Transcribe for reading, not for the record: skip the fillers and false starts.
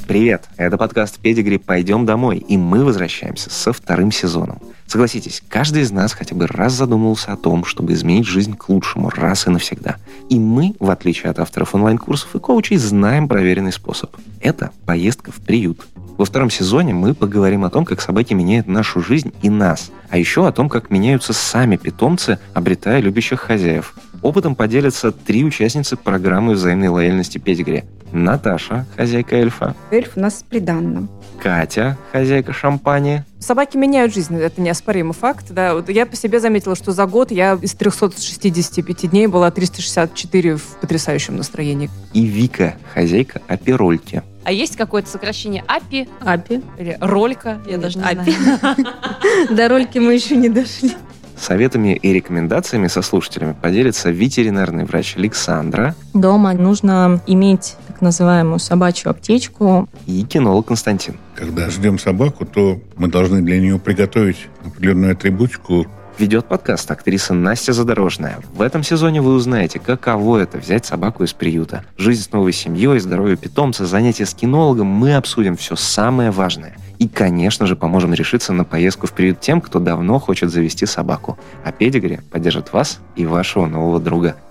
Привет! Это подкаст «Педигри. Пойдем домой», и мы возвращаемся со вторым сезоном. Согласитесь, каждый из нас хотя бы раз задумывался о том, чтобы изменить жизнь к лучшему раз и навсегда. И мы, в отличие от авторов онлайн-курсов и коучей, знаем проверенный способ. Это поездка в приют. Во втором сезоне мы поговорим о том, как собаки меняют нашу жизнь и нас, а еще о том, как меняются сами питомцы, обретая любящих хозяев. Опытом поделятся 3 участницы программы взаимной лояльности «Педигри». Наташа, хозяйка эльфа. Эльф у нас с приданным. Катя, хозяйка шампани. Собаки меняют жизнь, это неоспоримый факт. Да. Вот я по себе заметила, что за год я из 365 дней была 364 в потрясающем настроении. И Вика, хозяйка Апирольки. А есть какое-то сокращение АПИ? Апи. Или ролька? Я даже не Апи. знаю. До рольки мы еще не дошли. Советами и рекомендациями со слушателями поделится ветеринарный врач Александра. Дома нужно иметь так называемую собачью аптечку. И кинолог Константин. Когда ждем собаку, то мы должны для нее приготовить определенную атрибутику. Ведет подкаст актриса Настя Задорожная. В этом сезоне вы узнаете, каково это взять собаку из приюта. Жизнь с новой семьей, здоровье питомца, занятия с кинологом. Мы обсудим все самое важное. И, конечно же, поможем решиться на поездку в приют тем, кто давно хочет завести собаку. А «Педигри» поддержит вас и вашего нового друга.